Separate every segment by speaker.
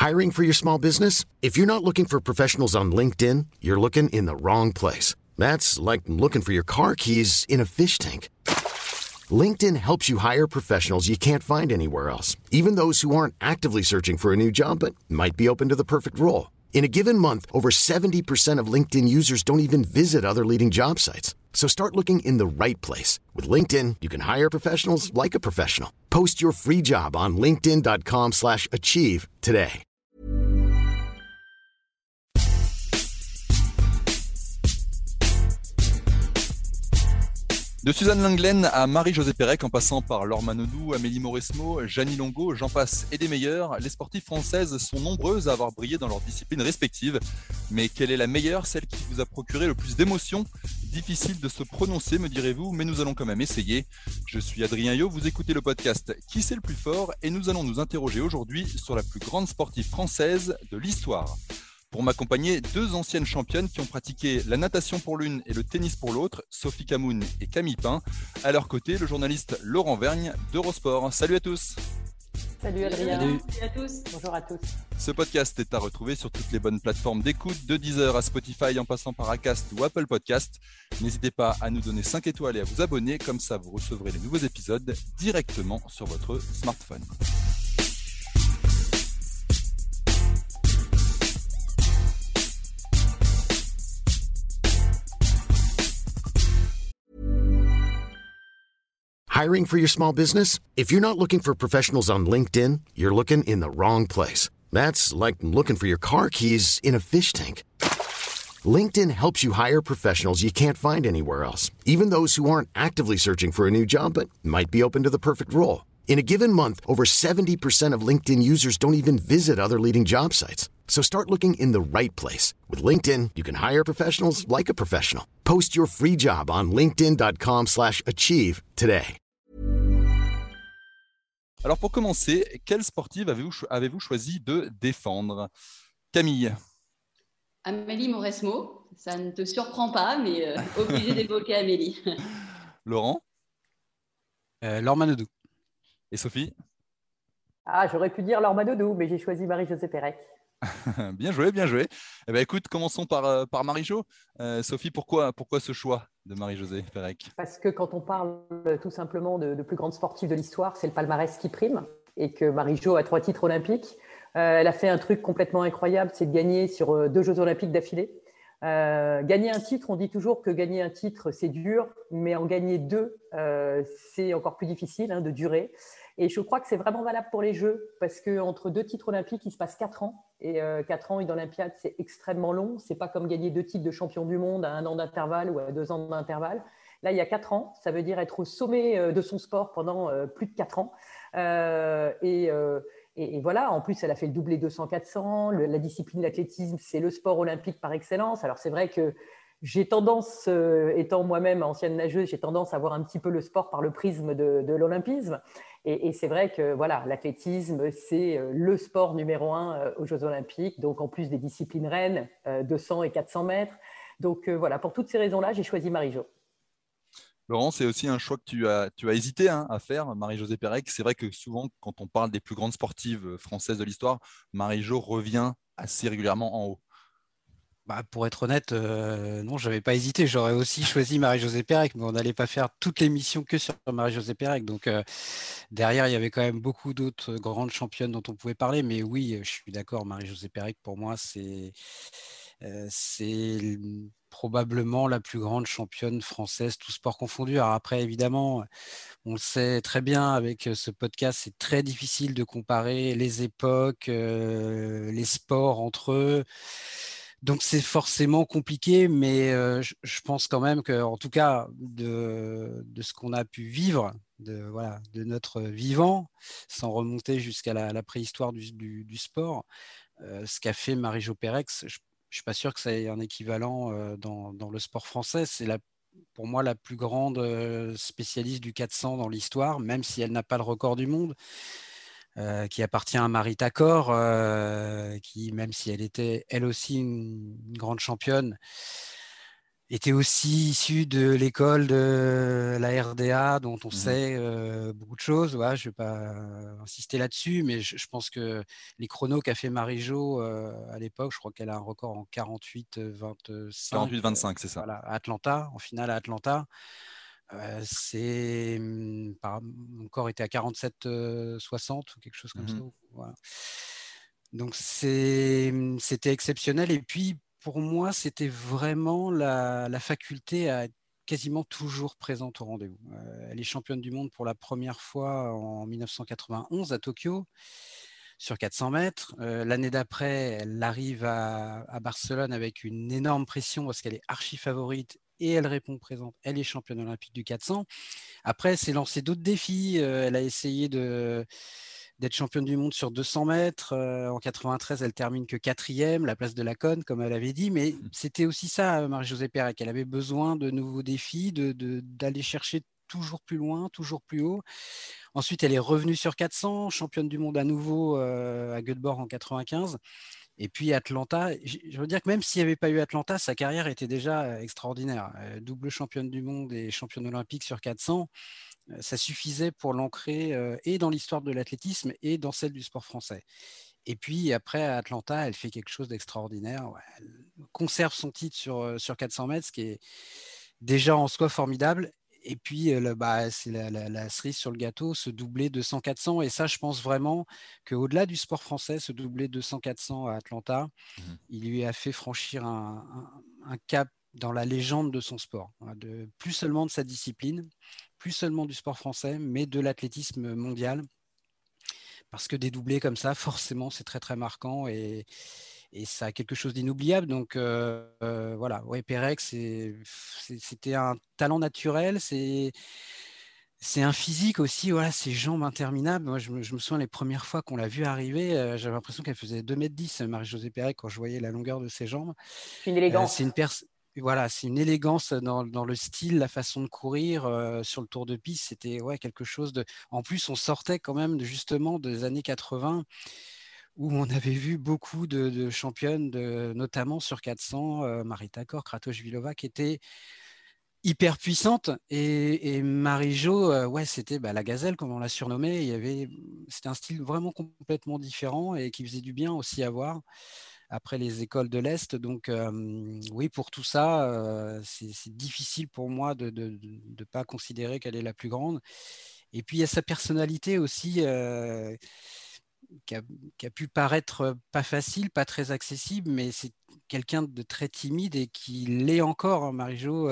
Speaker 1: Hiring for your small business? If you're not looking for professionals on LinkedIn, you're looking in the wrong place. That's like looking for your car keys in a fish tank. LinkedIn helps you hire professionals you can't find anywhere else, even those who aren't actively searching for a new job but might be open to the perfect role. In a given month, over 70% of LinkedIn users don't even visit other leading job sites. So start looking in the right place. With LinkedIn, you can hire professionals like a professional. Post your free job on linkedin.com/achieve today.
Speaker 2: De Suzanne Lenglen à Marie-Josée Pérec, en passant par Laure Manodou, Amélie Mauresmo, Jeannie Longo, j'en passe et des meilleurs, les sportives françaises sont nombreuses à avoir brillé dans leurs disciplines respectives. Mais quelle est la meilleure, celle qui vous a procuré le plus d'émotions ? Difficile de se prononcer, me direz-vous, mais nous allons quand même essayer. Je suis Adrien Yo, vous écoutez le podcast Qui c'est le plus fort ? Et nous allons nous interroger aujourd'hui sur la plus grande sportive française de l'histoire. Pour m'accompagner, deux anciennes championnes qui ont pratiqué la natation pour l'une et le tennis pour l'autre, Sophie Camoun et Camille Pain. À leur côté, le journaliste Laurent Vergne d'Eurosport. Salut à tous.
Speaker 3: Salut Adrien.
Speaker 4: Salut
Speaker 3: à tous. Bonjour à tous.
Speaker 2: Ce podcast est à retrouver sur toutes les bonnes plateformes d'écoute, de Deezer à Spotify en passant par Acast ou Apple Podcast. N'hésitez pas à nous donner 5 étoiles et à vous abonner, comme ça vous recevrez les nouveaux épisodes directement sur votre smartphone.
Speaker 1: Hiring for your small business? If you're not looking for professionals on LinkedIn, you're looking in the wrong place. That's like looking for your car keys in a fish tank. LinkedIn helps you hire professionals you can't find anywhere else, even those who aren't actively searching for a new job but might be open to the perfect role. In a given month, over 70% of LinkedIn users don't even visit other leading job sites. So start looking in the right place. With LinkedIn, you can hire professionals like a professional. Post your free job on linkedin.com/achieve today.
Speaker 2: Alors pour commencer, quelle sportive avez-vous choisi de défendre ? Camille.
Speaker 4: Amélie Mauresmo, ça ne te surprend pas, mais obligé d'évoquer Amélie.
Speaker 2: Laurent.
Speaker 5: Laure Manodou.
Speaker 2: Et Sophie.
Speaker 3: J'aurais pu dire Laure Manodou, mais j'ai choisi Marie-Josée Pérec.
Speaker 2: Bien joué, bien joué. Eh bien, écoute, commençons par Marie-Jo. Sophie, pourquoi ce choix de Marie-Josée Pérec ?
Speaker 3: Parce que quand on parle tout simplement de plus grande sportive de l'histoire, c'est le palmarès qui prime et que Marie-Jo a 3 titres olympiques. Elle a fait un truc complètement incroyable, c'est de gagner sur 2 Jeux olympiques d'affilée. Gagner un titre, on dit toujours que gagner un titre, c'est dur, mais en gagner 2, c'est encore plus difficile de durer. Et je crois que c'est vraiment valable pour les Jeux, parce qu'entre 2 titres olympiques, il se passe 4 ans. Et 4 ans, une Olympiade, c'est extrêmement long. Ce n'est pas comme gagner 2 titres de champion du monde à 1 an d'intervalle ou à 2 ans d'intervalle. Là, il y a 4 ans, ça veut dire être au sommet de son sport pendant plus de 4 ans. Et voilà, en plus, elle a fait le doublé 200-400. La discipline de l'athlétisme, c'est le sport olympique par excellence. Alors, c'est vrai que j'ai tendance, étant moi-même ancienne nageuse, j'ai tendance à voir un petit peu le sport par le prisme de l'olympisme. Et c'est vrai que voilà, l'athlétisme, c'est le sport numéro 1 aux Jeux olympiques. Donc, en plus des disciplines reines, 200 et 400 mètres. Donc, voilà, pour toutes ces raisons-là, j'ai choisi Marie-Jo.
Speaker 2: Laurent, c'est aussi un choix que tu as hésité à faire, Marie-Josée Pérec. C'est vrai que souvent, quand on parle des plus grandes sportives françaises de l'histoire, Marie-Jo revient assez régulièrement en haut.
Speaker 5: Pour être honnête, non, je n'avais pas hésité. J'aurais aussi choisi Marie-Josée Pérec, mais on n'allait pas faire toute l'émission que sur Marie-Josée Pérec. Donc, derrière, il y avait quand même beaucoup d'autres grandes championnes dont on pouvait parler. Mais oui, je suis d'accord, Marie-Josée Pérec, pour moi, c'est probablement la plus grande championne française, tout sport confondu. Alors après, évidemment, on le sait très bien avec ce podcast, c'est très difficile de comparer les époques, les sports entre eux. Donc, c'est forcément compliqué, mais je pense quand même qu'en tout cas, de ce qu'on a pu vivre, de notre vivant, sans remonter jusqu'à la préhistoire du sport, ce qu'a fait Marie-Jo Pérec, je ne suis pas sûr que ça ait un équivalent dans le sport français. C'est pour moi la plus grande spécialiste du 400 dans l'histoire, même si elle n'a pas le record du monde. Qui appartient à Marie Tacor, qui, même si elle était elle aussi une grande championne, était aussi issu de l'école de la RDA, dont on sait beaucoup de choses. Ouais, je ne vais pas insister là-dessus, mais je pense que les chronos qu'a fait Marie-Jo à l'époque, je crois qu'elle a un record en 48-25.
Speaker 2: 48-25, c'est ça.
Speaker 5: Voilà, à Atlanta, en finale à Atlanta. Mon corps était à 47-60 ou quelque chose comme ça. Voilà. Donc c'était exceptionnel. Et puis pour moi, c'était vraiment la faculté à être quasiment toujours présente au rendez-vous. Elle est championne du monde pour la première fois en 1991 à Tokyo sur 400 mètres. L'année d'après, elle arrive à Barcelone avec une énorme pression parce qu'elle est archi favorite et elle répond présente. Elle est championne olympique du 400. Après, elle s'est lancée d'autres défis. Elle a essayé d'être championne du monde sur 200 mètres. En 93, elle termine que 4e, la place de la Conne, comme elle avait dit. Mais c'était aussi ça, Marie-Josée Pérec. Elle avait besoin de nouveaux défis, d'aller chercher toujours plus loin, toujours plus haut. Ensuite, elle est revenue sur 400, championne du monde à nouveau à Göteborg en 95. Et puis Atlanta, je veux dire que même s'il n'y avait pas eu Atlanta, sa carrière était déjà extraordinaire. Double championne du monde et championne olympique sur 400, ça suffisait pour l'ancrer et dans l'histoire de l'athlétisme et dans celle du sport français. Et puis après, à Atlanta, elle fait quelque chose d'extraordinaire. Ouais, elle conserve son titre sur 400 mètres, ce qui est déjà en soi formidable. Et puis, c'est la cerise sur le gâteau, ce doublé 200-400. Et ça, je pense vraiment qu'au-delà du sport français, ce doublé 200-400 à Atlanta, il lui a fait franchir un cap dans la légende de son sport. Plus seulement de sa discipline, plus seulement du sport français, mais de l'athlétisme mondial. Parce que des doublés comme ça, forcément, c'est très, très marquant et ça a quelque chose d'inoubliable. Donc, voilà. Ouais, Pérec, c'était un talent naturel. C'est un physique aussi, voilà, ses jambes interminables. Moi, je me souviens les premières fois qu'on l'a vue arriver, j'avais l'impression qu'elle faisait 2,10 m, Marie-Josée Pérec, quand je voyais la longueur de ses jambes.
Speaker 3: Une élégance.
Speaker 5: Voilà, c'est une élégance dans le style, la façon de courir sur le tour de piste. C'était quelque chose de. En plus, on sortait quand même justement des années 80 où on avait vu beaucoup de championnes, notamment sur 400, Marita Kor, Kratochvílová, qui étaient hyper puissante et Marie-Jo, c'était la gazelle comme on l'a surnommée. C'était un style vraiment complètement différent et qui faisait du bien aussi à voir après les écoles de l'Est. Donc oui, pour tout ça, c'est difficile pour moi de ne pas considérer qu'elle est la plus grande. Et puis il y a sa personnalité aussi qui a pu paraître pas facile, pas très accessible, mais c'est quelqu'un de très timide et qui l'est encore, hein, Marie-Jo.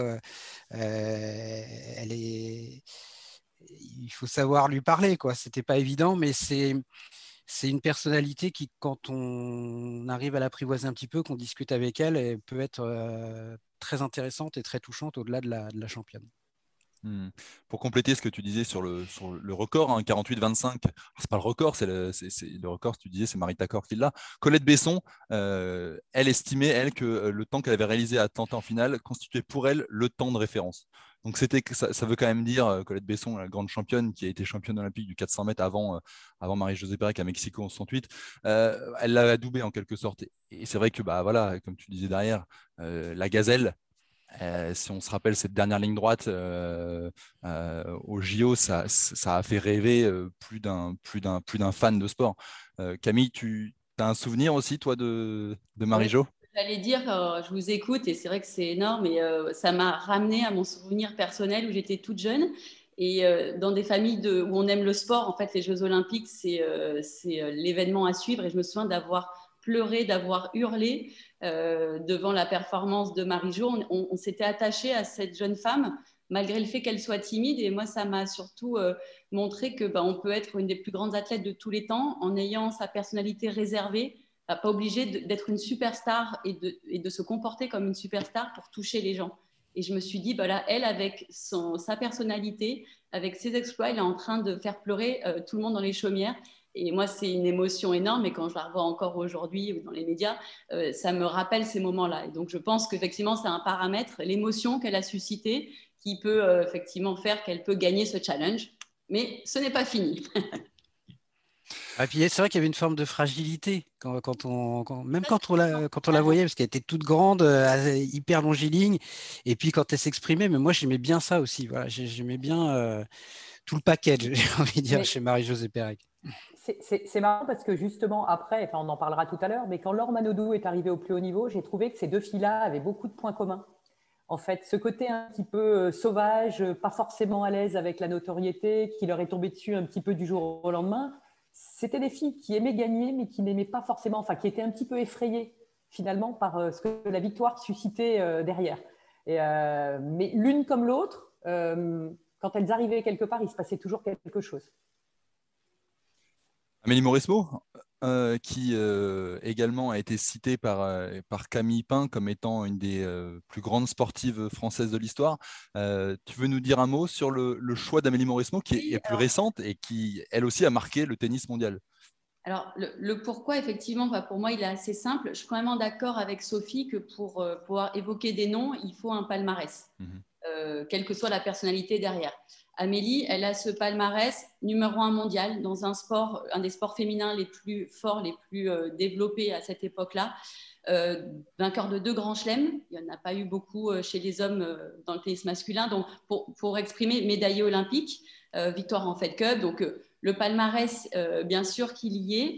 Speaker 5: Il faut savoir lui parler, quoi. C'était pas évident, mais c'est une personnalité qui, quand on arrive à l'apprivoiser un petit peu, qu'on discute avec elle, elle peut être très intéressante et très touchante au-delà de la championne.
Speaker 2: Pour compléter ce que tu disais sur le record, 48-25, c'est pas le record, c'est le record, tu disais, c'est Marita Kor qui l'a. Colette Besson, elle estimait, elle, que le temps qu'elle avait réalisé à Atlanta en finale constituait pour elle le temps de référence. Donc ça veut quand même dire, Colette Besson, la grande championne qui a été championne olympique du 400 mètres avant Marie-Josée Pérec à Mexico en 68, elle l'a doublé en quelque sorte. Et c'est vrai que, voilà, comme tu disais derrière, la gazelle, si on se rappelle cette dernière ligne droite au JO, ça a fait rêver plus d'un fan de sport. Camille, tu as un souvenir aussi, toi, de Marie-Jo?
Speaker 4: J'allais dire, je vous écoute et c'est vrai que c'est énorme et ça m'a ramené à mon souvenir personnel où j'étais toute jeune. Et dans des familles où on aime le sport, en fait, les Jeux Olympiques, c'est l'événement à suivre. Et je me souviens d'avoir pleuré, d'avoir hurlé devant la performance de Marie-Jo. On s'était attaché à cette jeune femme, malgré le fait qu'elle soit timide. Et moi, ça m'a surtout montré que on peut être une des plus grandes athlètes de tous les temps en ayant sa personnalité réservée, pas obligé d'être une superstar et de se comporter comme une superstar pour toucher les gens. Et je me suis dit, là, elle, avec sa personnalité, avec ses exploits, elle est en train de faire pleurer tout le monde dans les chaumières. Et moi, c'est une émotion énorme. Et quand je la revois encore aujourd'hui dans les médias, ça me rappelle ces moments-là. Et donc, je pense qu'effectivement, c'est un paramètre, l'émotion qu'elle a suscitée, qui peut effectivement faire qu'elle peut gagner ce challenge. Mais ce n'est pas fini.
Speaker 5: Et puis c'est vrai qu'il y avait une forme de fragilité même quand on la voyait, parce qu'elle était toute grande, hyper longiligne, et puis quand elle s'exprimait, mais moi j'aimais bien ça aussi. Voilà, j'aimais bien tout le package, j'ai envie de dire,
Speaker 3: Mais
Speaker 5: chez Marie-Josée Pérec.
Speaker 3: c'est marrant parce que justement, après, enfin, on en parlera tout à l'heure, mais quand Laure Manodou est arrivée au plus haut niveau, j'ai trouvé que ces deux filles-là avaient beaucoup de points communs. En fait, ce côté un petit peu sauvage, pas forcément à l'aise avec la notoriété, qui leur est tombé dessus un petit peu du jour au lendemain, c'était des filles qui aimaient gagner, mais qui n'aimaient pas forcément, enfin, qui étaient un petit peu effrayées finalement par ce que la victoire suscitait derrière. Mais l'une comme l'autre, quand elles arrivaient quelque part, il se passait toujours quelque chose.
Speaker 2: Amélie Mauresmo, qui également a été citée par Camille Pain comme étant une des plus grandes sportives françaises de l'histoire. Tu veux nous dire un mot sur le choix d'Amélie Mauresmo, qui est plus récente et qui, elle aussi, a marqué le tennis mondial?
Speaker 4: Alors, le pourquoi, effectivement, pour moi, il est assez simple. Je suis quand même d'accord avec Sophie que pour pouvoir évoquer des noms, il faut un palmarès, quelle que soit la personnalité derrière. Amélie, elle a ce palmarès numéro 1 mondial dans un sport, un des sports féminins les plus forts, les plus développés à cette époque-là. Vainqueur de 2 grands chelems, il n'y en a pas eu beaucoup chez les hommes dans le tennis masculin. Donc, pour exprimer, médaillé olympique, victoire en Fed Cup. Donc, le palmarès, bien sûr qu'il y est.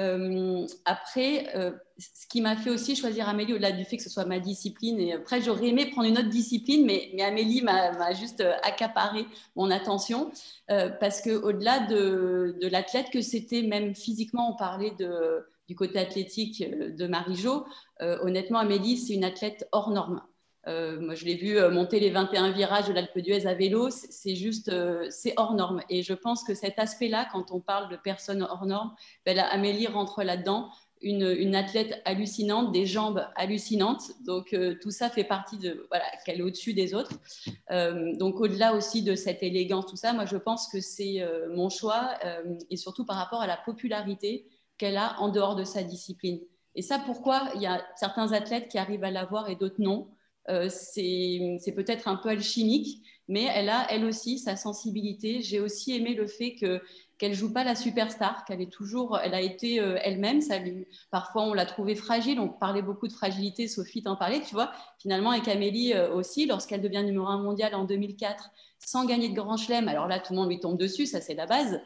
Speaker 4: Après, ce qui m'a fait aussi choisir Amélie, au-delà du fait que ce soit ma discipline, et après j'aurais aimé prendre une autre discipline, mais Amélie m'a juste accaparé mon attention, parce qu'au-delà de l'athlète que c'était, même physiquement, on parlait du côté athlétique de Marie-Jo, honnêtement, Amélie, c'est une athlète hors norme. Moi, je l'ai vu monter les 21 virages de l'Alpe d'Huez à vélo, c'est juste, c'est hors norme. Et je pense que cet aspect-là, quand on parle de personnes hors normes, ben là, Amélie rentre là-dedans, une athlète hallucinante, des jambes hallucinantes. Donc, tout ça fait partie de, voilà, qu'elle est au-dessus des autres. Donc, au-delà aussi de cette élégance, tout ça, moi, je pense que c'est mon choix, et surtout par rapport à la popularité qu'elle a en dehors de sa discipline. Et ça, pourquoi il y a certains athlètes qui arrivent à l'avoir et d'autres non. C'est peut-être un peu alchimique, mais elle a, elle aussi, sa sensibilité. J'ai aussi aimé le fait qu'elle joue pas la superstar, elle a été elle-même. Parfois, on l'a trouvée fragile. On parlait beaucoup de fragilité. Sophie t'en parlait, tu vois. Finalement, avec Amélie aussi, lorsqu'elle devient numéro 1 mondial en 2004, sans gagner de grand chelem, alors là, tout le monde lui tombe dessus, ça c'est la base.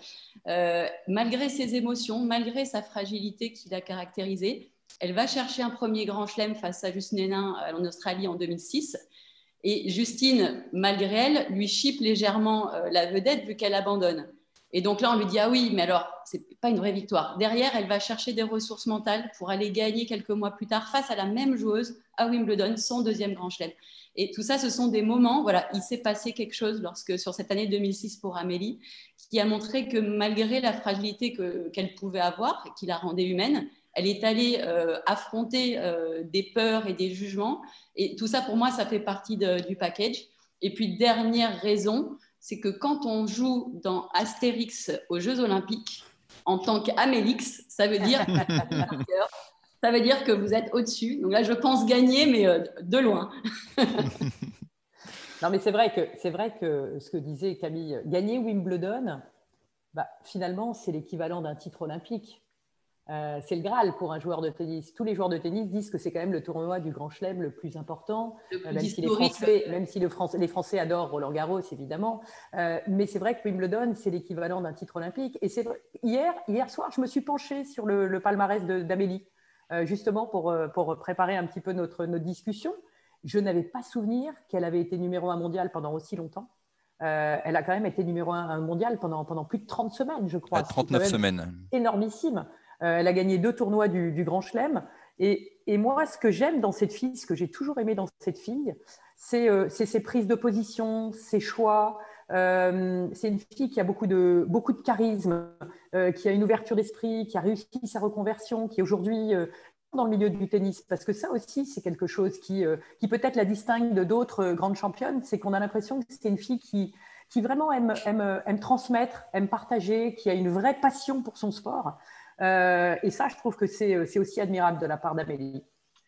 Speaker 4: Malgré ses émotions, malgré sa fragilité qui l'a caractérisée, elle va chercher un premier grand chelem face à Justine Henin en Australie en 2006. Et Justine, malgré elle, lui chipe légèrement la vedette vu qu'elle abandonne. Et donc là, on lui dit « Ah oui, mais alors, c'est pas une vraie victoire ». Derrière, elle va chercher des ressources mentales pour aller gagner quelques mois plus tard face à la même joueuse à Wimbledon, son deuxième grand chelem. Et tout ça, ce sont des moments, voilà, il s'est passé quelque chose sur cette année 2006 pour Amélie, qui a montré que malgré la fragilité qu'elle pouvait avoir, qui la rendait humaine, elle est allée affronter des peurs et des jugements. Et tout ça, pour moi, ça fait partie du package. Et puis, dernière raison, c'est que quand on joue dans Astérix aux Jeux Olympiques, en tant qu'Amélix, ça veut dire que vous êtes au-dessus. Donc là, je pense gagner, mais de loin.
Speaker 3: Non, mais c'est vrai que ce que disait Camille, gagner Wimbledon, bah, finalement, c'est l'équivalent d'un titre olympique. C'est le Graal pour un joueur de tennis. Tous les joueurs de tennis disent que c'est quand même le tournoi du Grand Chelem le plus important, même si les Français adorent Roland-Garros, évidemment. Mais c'est vrai que Wimbledon, c'est l'équivalent d'un titre olympique. Et c'est vrai, hier soir, je me suis penchée sur le palmarès d'Amélie, justement pour préparer un petit peu notre discussion. Je n'avais pas souvenir qu'elle avait été numéro 1 mondial pendant aussi longtemps. Elle a quand même été numéro 1 mondial pendant plus de 30 semaines, je crois.
Speaker 2: 39 semaines.
Speaker 3: Énormissime. Elle a gagné 2 tournois du Grand Chelem. Et moi, ce que j'aime dans cette fille, ce que j'ai toujours aimé dans cette fille, c'est ses prises de position, ses choix. C'est une fille qui a beaucoup de charisme, qui a une ouverture d'esprit, qui a réussi sa reconversion, qui est aujourd'hui dans le milieu du tennis. Parce que ça aussi, c'est quelque chose qui peut-être la distingue de d'autres grandes championnes, c'est qu'on a l'impression que c'est une fille qui vraiment aime transmettre, aime partager, qui a une vraie passion pour son sport. Et ça, je trouve que c'est aussi admirable de la part d'Amélie.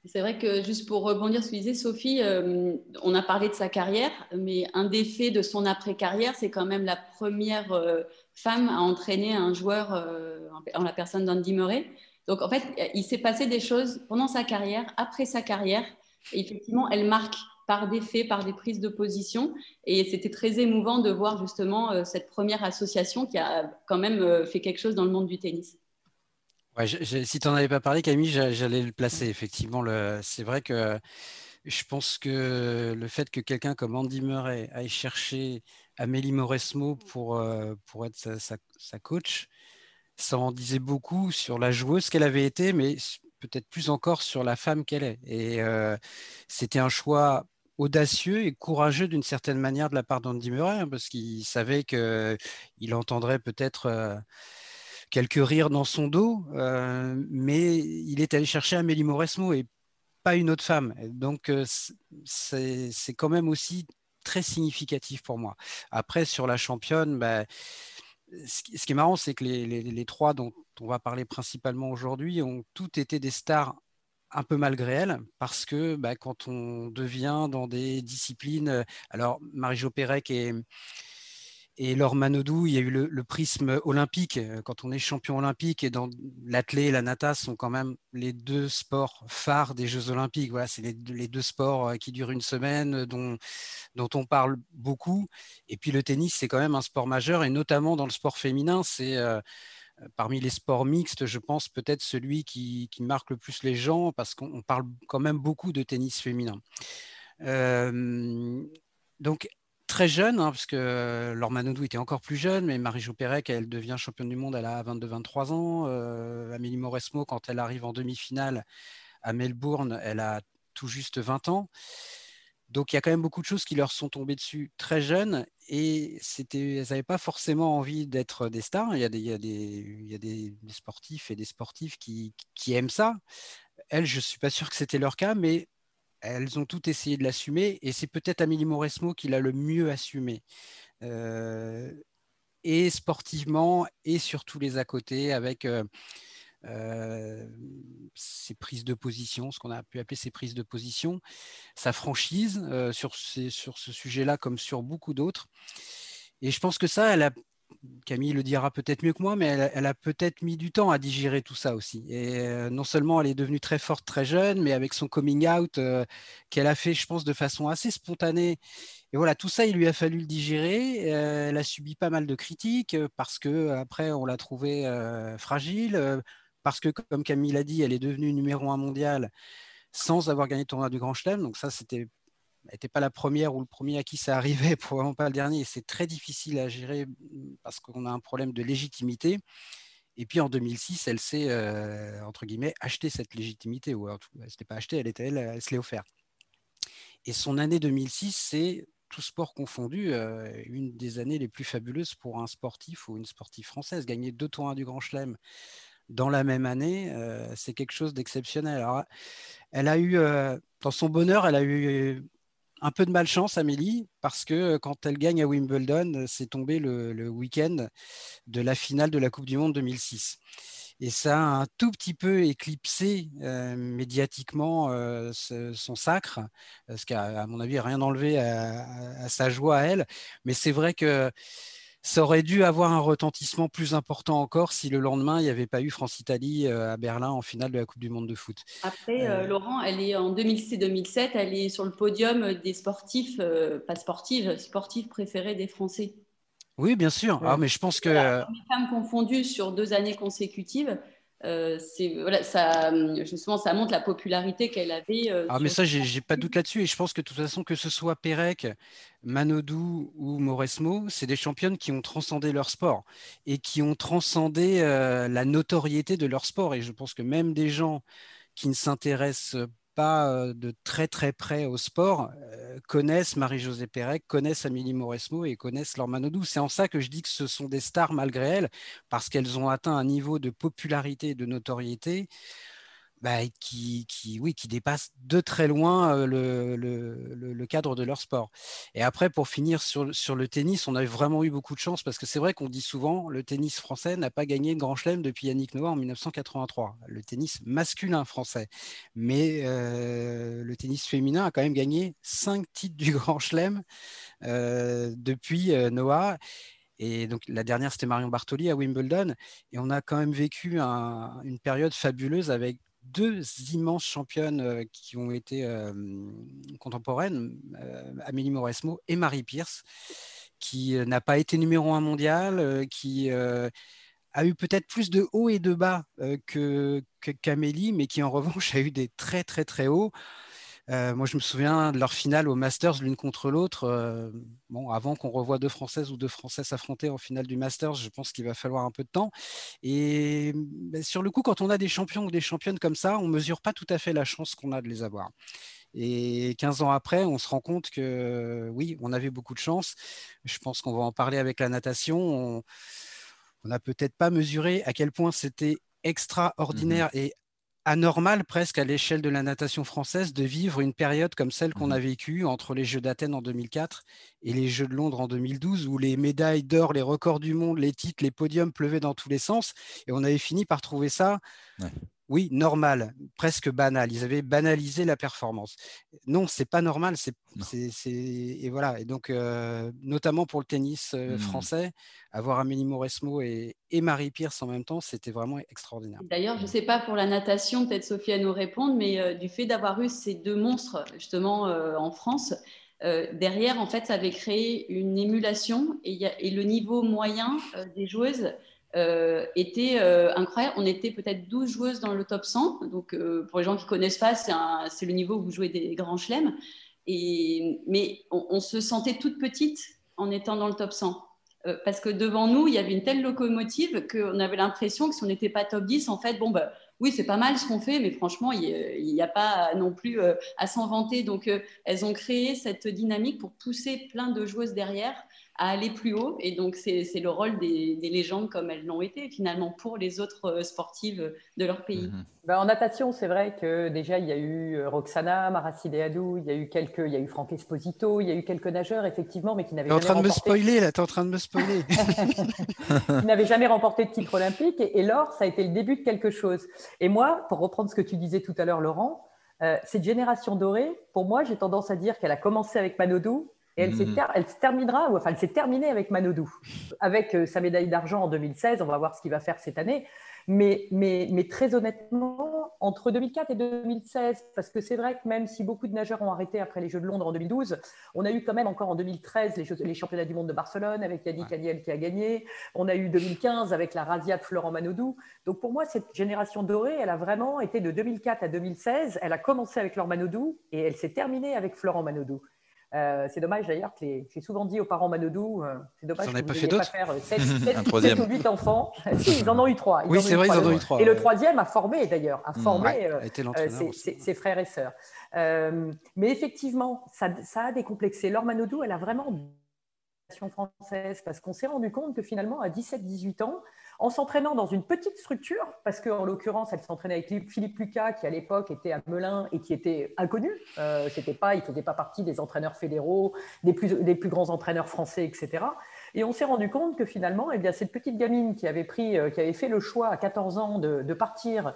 Speaker 4: C'est vrai que juste pour rebondir sur ce que disait Sophie, on a parlé de sa carrière, mais un des faits de son après-carrière, c'est quand même la première femme à entraîner un joueur en la personne d'Andy Murray. Donc en fait, il s'est passé des choses pendant sa carrière, après sa carrière, et effectivement, elle marque par des faits, par des prises de position, et c'était très émouvant de voir justement cette première association qui a quand même fait quelque chose dans le monde du tennis.
Speaker 5: Ouais, si tu n'en avais pas parlé, Camille, j'allais le placer. Effectivement, c'est vrai que je pense que le fait que quelqu'un comme Andy Murray aille chercher Amélie Mauresmo pour être sa coach, ça en disait beaucoup sur la joueuse qu'elle avait été, mais peut-être plus encore sur la femme qu'elle est. Et c'était un choix audacieux et courageux d'une certaine manière de la part d'Andy Murray, hein, parce qu'il savait qu'il entendrait peut-être quelques rires dans son dos, mais il est allé chercher Amélie Mauresmo et pas une autre femme. Donc, c'est quand même aussi très significatif pour moi. Après, sur la championne, bah, ce qui est marrant, c'est que les trois dont on va parler principalement aujourd'hui ont toutes été des stars un peu malgré elles, parce que bah, quand on devient dans des disciplines, alors Marie-Jo Pérec et Laure Manodou, il y a eu le prisme olympique. Quand on est champion olympique, et dans l'athlé et la nata sont quand même les deux sports phares des Jeux olympiques. Voilà, c'est les deux sports qui durent une semaine, dont on parle beaucoup. Et puis le tennis, c'est quand même un sport majeur, et notamment dans le sport féminin, c'est parmi les sports mixtes, je pense peut-être celui qui marque le plus les gens, parce qu'on parle quand même beaucoup de tennis féminin. Donc, très jeune, hein, parce que Laure Manodou était encore plus jeune, mais Marie-Jo Pérec, elle devient championne du monde, elle a 22-23 ans. Amélie Mauresmo, quand elle arrive en demi-finale à Melbourne, elle a tout juste 20 ans. Donc, il y a quand même beaucoup de choses qui leur sont tombées dessus très jeunes, et elles n'avaient pas forcément envie d'être des stars. Il y a des sportifs et des sportives qui aiment ça. Elles, je ne suis pas sûr que c'était leur cas, mais elles ont toutes essayé de l'assumer, et c'est peut-être Amélie Mauresmo qui l'a le mieux assumé. Et sportivement, et sur tous les à côté, avec ses prises de position, ce qu'on a pu appeler ses prises de position, sa franchise sur ce sujet-là comme sur beaucoup d'autres. Et je pense que ça, Camille le dira peut-être mieux que moi, mais elle a peut-être mis du temps à digérer tout ça aussi. Et non seulement elle est devenue très forte très jeune, mais avec son coming out qu'elle a fait, je pense, de façon assez spontanée. Et voilà, tout ça, il lui a fallu le digérer. Elle a subi pas mal de critiques parce que après, on l'a trouvée fragile, parce que, comme Camille l'a dit, elle est devenue numéro 1 mondial sans avoir gagné le tournoi du Grand Chelem. Donc ça, elle n'était pas la première ou le premier à qui ça arrivait, probablement pas le dernier. Et c'est très difficile à gérer parce qu'on a un problème de légitimité. Et puis en 2006, elle s'est, entre guillemets, acheté cette légitimité. Ou alors, elle ne s'était pas achetée, elle se l'est offerte. Et son année 2006, c'est, tout sport confondu, une des années les plus fabuleuses pour un sportif ou une sportive française. Gagner 2 tournois du Grand Chelem dans la même année, c'est quelque chose d'exceptionnel. Alors, elle a eu, dans son bonheur, elle a eu un peu de malchance, Amélie, parce que quand elle gagne à Wimbledon, c'est tombé le week-end de la finale de la Coupe du Monde 2006. Et ça a un tout petit peu éclipsé médiatiquement son sacre, ce qui a, à mon avis, rien enlevé à sa joie à elle. Mais c'est vrai que ça aurait dû avoir un retentissement plus important encore si le lendemain, il n'y avait pas eu France-Italie à Berlin en finale de la Coupe du Monde de foot.
Speaker 4: Après, Laurent, elle est en 2006 et 2007, elle est sur le podium des sportifs, pas sportives, sportifs préférés des Français.
Speaker 5: Oui, bien sûr. Ah, mais je pense que...
Speaker 4: Voilà, les femmes confondues sur 2 années consécutives, justement, ça montre la popularité qu'elle avait.
Speaker 5: Mais ça, j'ai pas de doute là-dessus. Et je pense que de toute façon, que ce soit Pérec, Manodou ou Mauresmo, c'est des championnes qui ont transcendé leur sport et qui ont transcendé la notoriété de leur sport. Et je pense que même des gens qui ne s'intéressent pas de très très près au sport connaissent Marie-Josée Pérec, connaissent Amélie Mauresmo et connaissent Laure Manodou. C'est en ça que je dis que ce sont des stars malgré elles, parce qu'elles ont atteint un niveau de popularité et de notoriété qui dépassent de très loin le cadre de leur sport. Et après, pour finir sur le tennis, on a vraiment eu beaucoup de chance parce que c'est vrai qu'on dit souvent le tennis français n'a pas gagné de Grand Chelem depuis Yannick Noah en 1983, le tennis masculin français. Mais le tennis féminin a quand même gagné 5 titres du Grand Chelem depuis Noah. Et donc, la dernière, c'était Marion Bartoli à Wimbledon. Et on a quand même vécu une période fabuleuse avec deux immenses championnes qui ont été contemporaines, Amélie Mauresmo et Marie Pierce, qui n'a pas été numéro 1 mondial, qui a eu peut-être plus de hauts et de bas qu'Amélie, mais qui en revanche a eu des très très très hauts. Moi, je me souviens de leur finale au Masters l'une contre l'autre. Avant qu'on revoie deux Françaises ou deux Français s'affronter en finale du Masters, je pense qu'il va falloir un peu de temps. Et sur le coup, quand on a des champions ou des championnes comme ça, on ne mesure pas tout à fait la chance qu'on a de les avoir. Et 15 ans après, on se rend compte que oui, on avait beaucoup de chance. Je pense qu'on va en parler avec la natation. On n'a peut-être pas mesuré à quel point c'était extraordinaire et anormal presque à l'échelle de la natation française de vivre une période comme celle qu'on a vécue entre les Jeux d'Athènes en 2004 et les Jeux de Londres en 2012, où les médailles d'or, les records du monde, les titres, les podiums pleuvaient dans tous les sens. Et on avait fini par trouver ça, oui, normal, presque banal. Ils avaient banalisé la performance. Non, c'est pas normal. Et voilà. Et donc, notamment pour le tennis français, avoir Amélie Mauresmo et Marie Pierce en même temps, c'était vraiment extraordinaire.
Speaker 4: D'ailleurs, je ne sais pas pour la natation, peut-être Sophie à nous répondre, mais du fait d'avoir eu ces deux monstres justement en France, derrière, en fait, ça avait créé une émulation et le niveau moyen des joueuses était incroyable. On était peut-être 12 joueuses dans le top 100. Donc, pour les gens qui ne connaissent pas, c'est le niveau où vous jouez des grands chelems. Mais on se sentait toute petite en étant dans le top 100. Parce que devant nous, il y avait une telle locomotive qu'on avait l'impression que si on n'était pas top 10, en fait, oui, c'est pas mal ce qu'on fait, mais franchement, il n'y a pas non plus à s'en vanter. Donc, elles ont créé cette dynamique pour pousser plein de joueuses derrière à aller plus haut. Et donc, c'est le rôle des légendes comme elles l'ont été, finalement, pour les autres sportives de leur pays.
Speaker 3: En natation, c'est vrai que déjà, il y a eu Roxana Maracineanu, il y a eu Franck Esposito, il y a eu quelques nageurs, effectivement, mais qui n'avaient jamais remporté.
Speaker 5: T'es en train de me spoiler.
Speaker 3: Qui n'avaient jamais remporté de titre olympique. Et l'or, ça a été le début de quelque chose. Et moi, pour reprendre ce que tu disais tout à l'heure, Laurent, cette génération dorée, pour moi, j'ai tendance à dire qu'elle a commencé avec Manodou et elle s'est terminée avec Manodou. Avec sa médaille d'argent en 2016, on va voir ce qu'il va faire cette année. Mais très honnêtement, entre 2004 et 2016, parce que c'est vrai que même si beaucoup de nageurs ont arrêté après les Jeux de Londres en 2012, on a eu quand même encore en 2013 les championnats du monde de Barcelone avec Yannick Aniel qui a gagné. On a eu 2015 avec la razzia de Florent Manodou. Donc pour moi, cette génération dorée, elle a vraiment été de 2004 à 2016. Elle a commencé avec Laure Manodou et elle s'est terminée avec Florent Manodou. C'est dommage d'ailleurs que j'ai souvent dit aux parents Manodou, c'est dommage que vous n'ayez pas faire 7 ou 8 enfants. Si, ils en ont eu 3.
Speaker 5: Oui, c'est vrai, ils en ont eu 3.
Speaker 3: Et le troisième a formé d'ailleurs, ses frères et sœurs. Mais effectivement, ça a décomplexé. Laure Manodou, elle a vraiment française parce qu'on s'est rendu compte que finalement, à 17-18 ans, en s'entraînant dans une petite structure, parce qu'en l'occurrence, elle s'entraînait avec Philippe Lucas, qui à l'époque était à Melun et qui était inconnu. Il ne faisait pas partie des entraîneurs fédéraux, des plus grands entraîneurs français, etc. Et on s'est rendu compte que finalement, cette petite gamine qui avait fait le choix à 14 ans de partir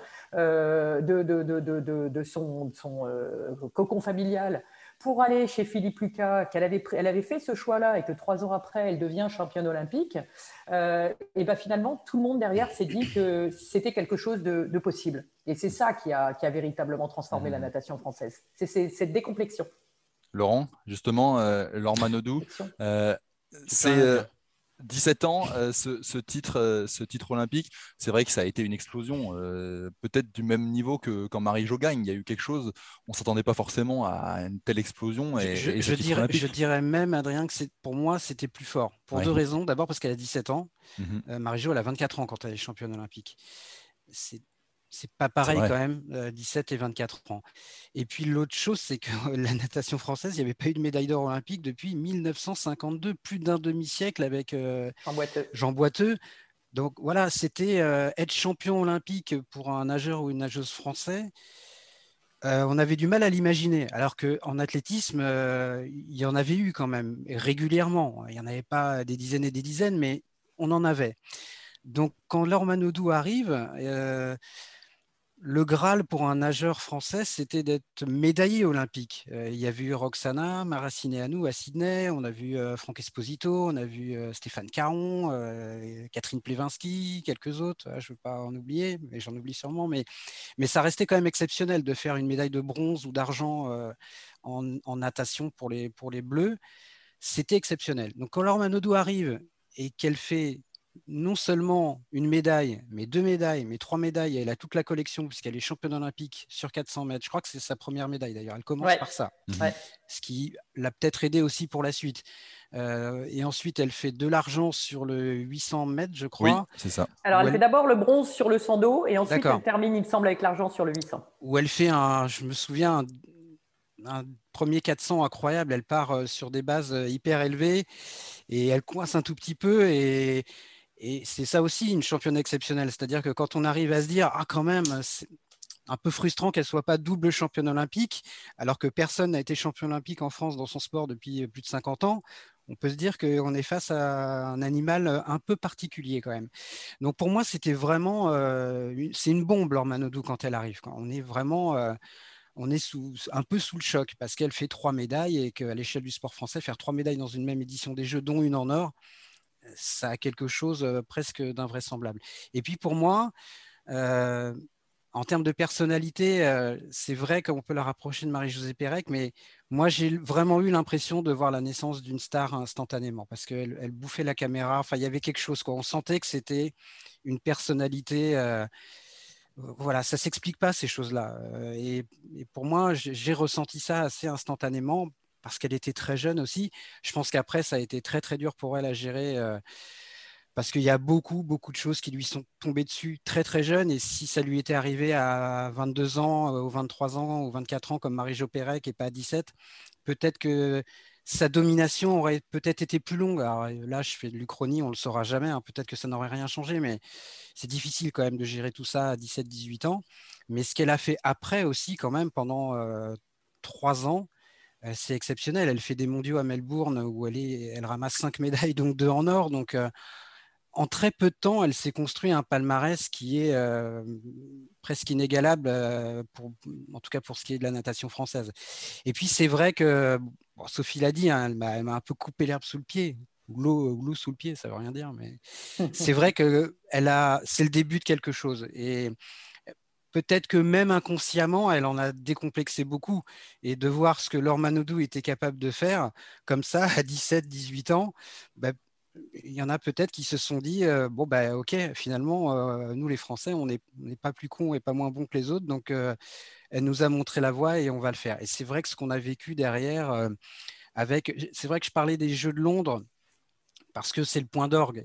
Speaker 3: de son cocon familial pour aller chez Philippe Lucas, elle avait fait ce choix-là et que 3 ans après, elle devient championne olympique, et finalement, tout le monde derrière s'est dit que c'était quelque chose de possible. Et c'est ça qui a véritablement transformé la natation française. C'est cette décomplexion.
Speaker 2: Laurent, justement, Laure Manodou, c'est 17 ans, ce titre olympique, c'est vrai que ça a été une explosion, peut-être du même niveau que quand Marie-Jo gagne. Il y a eu quelque chose, on ne s'attendait pas forcément à une telle explosion.
Speaker 5: Je dirais même, Adrien, que pour moi, c'était plus fort. Pour 2 raisons. D'abord parce qu'elle a 17 ans. Marie-Jo, elle a 24 ans quand elle est championne olympique. C'est pas pareil quand même, 17 et 24 ans. Et puis l'autre chose, c'est que la natation française, il n'y avait pas eu de médaille d'or olympique depuis 1952, plus d'un demi-siècle avec Jean Boiteux. Donc voilà, c'était être champion olympique pour un nageur ou une nageuse français. On avait du mal à l'imaginer, alors qu'en athlétisme, il y en avait eu quand même, et régulièrement. Il n'y en avait pas des dizaines et des dizaines, mais on en avait. Donc quand Laure Manodou arrive, le Graal pour un nageur français, c'était d'être médaillé olympique. Il y a vu Roxana Maracineanu à Sydney, on a vu Franck Esposito, on a vu Stéphane Caron, Catherine Plevinski, quelques autres. Je ne veux pas en oublier, mais j'en oublie sûrement. Mais ça restait quand même exceptionnel de faire une médaille de bronze ou d'argent en natation pour les Bleus. C'était exceptionnel. Donc quand Laure Manodou arrive et qu'elle fait non seulement une médaille, mais 2 médailles, mais 3 médailles, elle a toute la collection puisqu'elle est championne olympique sur 400 mètres. Je crois que c'est sa première médaille d'ailleurs. Elle commence par ça, ce qui l'a peut-être aidé aussi pour la suite. Et ensuite, elle fait de l'argent sur le 800 mètres, je crois.
Speaker 2: Oui, c'est ça.
Speaker 3: Alors, elle fait d'abord le bronze sur le 100 dos et ensuite, elle termine, il me semble, avec l'argent sur le 800.
Speaker 5: Où elle fait je me souviens, un premier 400 incroyable. Elle part sur des bases hyper élevées et elle coince un tout petit peu. Et c'est ça aussi une championne exceptionnelle. C'est-à-dire que quand on arrive à se dire, quand même, c'est un peu frustrant qu'elle ne soit pas double championne olympique, alors que personne n'a été champion olympique en France dans son sport depuis plus de 50 ans, on peut se dire qu'on est face à un animal un peu particulier quand même. Donc pour moi, c'était vraiment, c'est une bombe, Laure Manodou, quand elle arrive. On est vraiment... on est un peu sous le choc parce qu'elle fait 3 médailles et qu'à l'échelle du sport français, faire 3 médailles dans une même édition des Jeux, dont une en or, ça a quelque chose presque d'invraisemblable. Et puis pour moi, en termes de personnalité, c'est vrai qu'on peut la rapprocher de Marie-Josée Pérec, mais moi, j'ai vraiment eu l'impression de voir la naissance d'une star instantanément parce qu'elle bouffait la caméra. Enfin, il y avait quelque chose, quoi. On sentait que c'était une personnalité. Voilà, ça ne s'explique pas ces choses-là. Et pour moi, j'ai ressenti ça assez instantanément parce qu'elle était très jeune aussi. Je pense qu'après, ça a été très, très dur pour elle à gérer parce qu'il y a beaucoup, beaucoup de choses qui lui sont tombées dessus très, très jeune. Et si ça lui était arrivé à 22 ans, ou 23 ans, ou 24 ans, comme Marie-Jo Pérec et pas à 17, peut-être que sa domination aurait peut-être été plus longue. Alors là, je fais de l'Uchronie, on ne le saura jamais. Peut-être que ça n'aurait rien changé, mais c'est difficile quand même de gérer tout ça à 17-18 ans. Mais ce qu'elle a fait après aussi, quand même, pendant 3 ans, c'est exceptionnel. Elle fait des mondiaux à Melbourne où elle ramasse 5 médailles, donc 2 en or. Donc, en très peu de temps, elle s'est construit un palmarès qui est presque inégalable, en tout cas pour ce qui est de la natation française. Et puis, c'est vrai que, Sophie l'a dit, elle m'a un peu coupé l'herbe sous le pied. Ou l'eau sous le pied, ça ne veut rien dire, mais c'est vrai que c'est le début de quelque chose. Et peut-être que même inconsciemment, elle en a décomplexé beaucoup. Et de voir ce que Laure Manodou était capable de faire, comme ça, à 17-18 ans, il y en a peut-être qui se sont dit ok, finalement, nous les Français, on n'est pas plus cons et pas moins bons que les autres. Donc, elle nous a montré la voie et on va le faire. Et c'est vrai que ce qu'on a vécu derrière, c'est vrai que je parlais des Jeux de Londres parce que c'est le point d'orgue.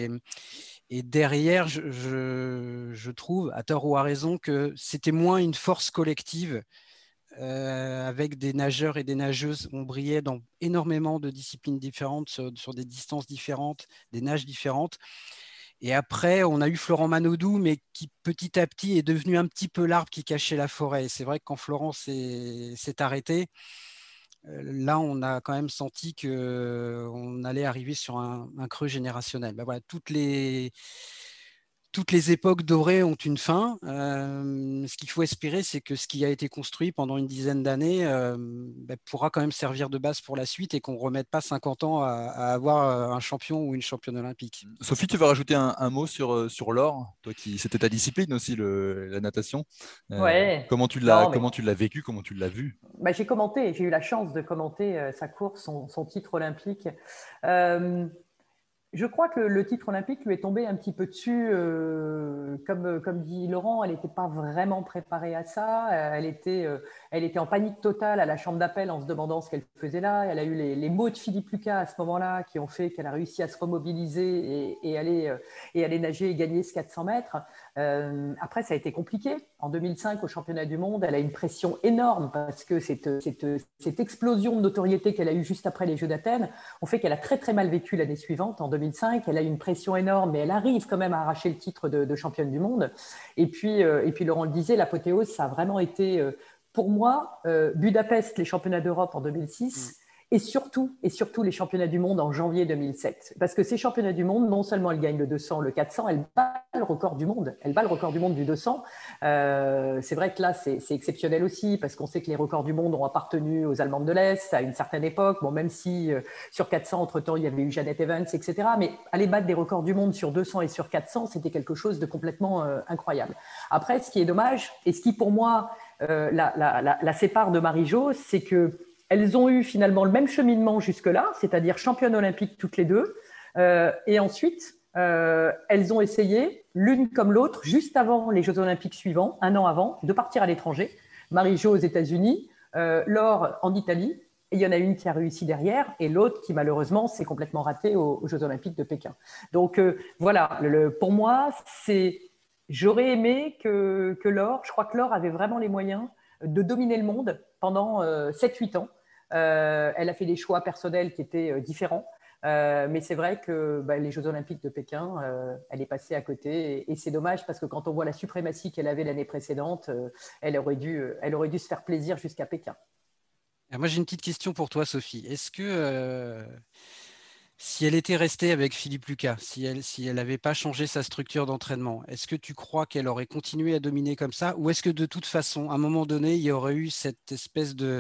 Speaker 5: Et derrière, je trouve, à tort ou à raison, que c'était moins une force collective avec des nageurs et des nageuses. On brillait dans énormément de disciplines différentes, sur des distances différentes, des nages différentes. Et après, on a eu Florent Manodou, mais qui petit à petit est devenu un petit peu l'arbre qui cachait la forêt. Et c'est vrai que quand Florent s'est arrêté, là, on a quand même senti qu'on allait arriver sur un creux générationnel. Voilà, toutes les époques dorées ont une fin. Ce qu'il faut espérer, c'est que ce qui a été construit pendant une dizaine d'années pourra quand même servir de base pour la suite et qu'on ne remette pas 50 ans à avoir un champion ou une championne olympique.
Speaker 2: Sophie, tu veux rajouter un mot sur l'or? Toi c'était ta discipline aussi, la natation. Comment tu l'as vécu, comment tu l'as vu?
Speaker 3: J'ai commenté, j'ai eu la chance de commenter sa course, son titre olympique. Je crois que le titre olympique lui est tombé un petit peu dessus. Comme dit Laurent, elle n'était pas vraiment préparée à ça. Elle était en panique totale à la chambre d'appel en se demandant ce qu'elle faisait là. Elle a eu les mots de Philippe Lucas à ce moment-là qui ont fait qu'elle a réussi à se remobiliser et aller nager et gagner ce 400 mètres. Après, ça a été compliqué. En 2005, au championnat du monde, elle a une pression énorme parce que cette explosion de notoriété qu'elle a eue juste après les Jeux d'Athènes ont fait qu'elle a très très mal vécu l'année suivante, en 2005. Elle a eu une pression énorme, mais elle arrive quand même à arracher le titre de championne du monde. Et puis Laurent le disait, l'apothéose, ça a vraiment été, pour moi, Budapest, les championnats d'Europe en 2006. Et surtout les championnats du monde en janvier 2007. Parce que ces championnats du monde, non seulement elle gagne le 200, le 400, elle bat le record du monde. Elle bat le record du monde du 200. C'est vrai que là, c'est exceptionnel aussi, parce qu'on sait que les records du monde ont appartenu aux Allemandes de l'Est à une certaine époque. Bon, même si sur 400, entre-temps, il y avait eu Janet Evans, etc. Mais aller battre des records du monde sur 200 et sur 400, c'était quelque chose de complètement incroyable. Après, ce qui est dommage, et ce qui, pour moi, la sépare de Marie-Jo, c'est que elles ont eu finalement le même cheminement jusque-là, c'est-à-dire championnes olympiques toutes les deux. Et ensuite, elles ont essayé, l'une comme l'autre, juste avant les Jeux olympiques suivants, un an avant, de partir à l'étranger. Marie-Jo aux États-Unis, Laure en Italie. Et il y en a une qui a réussi derrière et l'autre qui, malheureusement, s'est complètement ratée aux Jeux olympiques de Pékin. Donc, voilà, pour moi, j'aurais aimé que Laure, je crois que Laure avait vraiment les moyens de dominer le monde pendant 7-8 ans. Elle a fait des choix personnels qui étaient différents, mais c'est vrai que les Jeux olympiques de Pékin, elle est passée à côté et c'est dommage parce que quand on voit la suprématie qu'elle avait l'année précédente, elle aurait dû se faire plaisir jusqu'à Pékin.
Speaker 5: Alors moi j'ai une petite question pour toi, Sophie. Est-ce que si elle était restée avec Philippe Lucas, si elle n'avait pas changé sa structure d'entraînement, est-ce que tu crois qu'elle aurait continué à dominer comme ça, ou est-ce que de toute façon, à un moment donné, il y aurait eu cette espèce de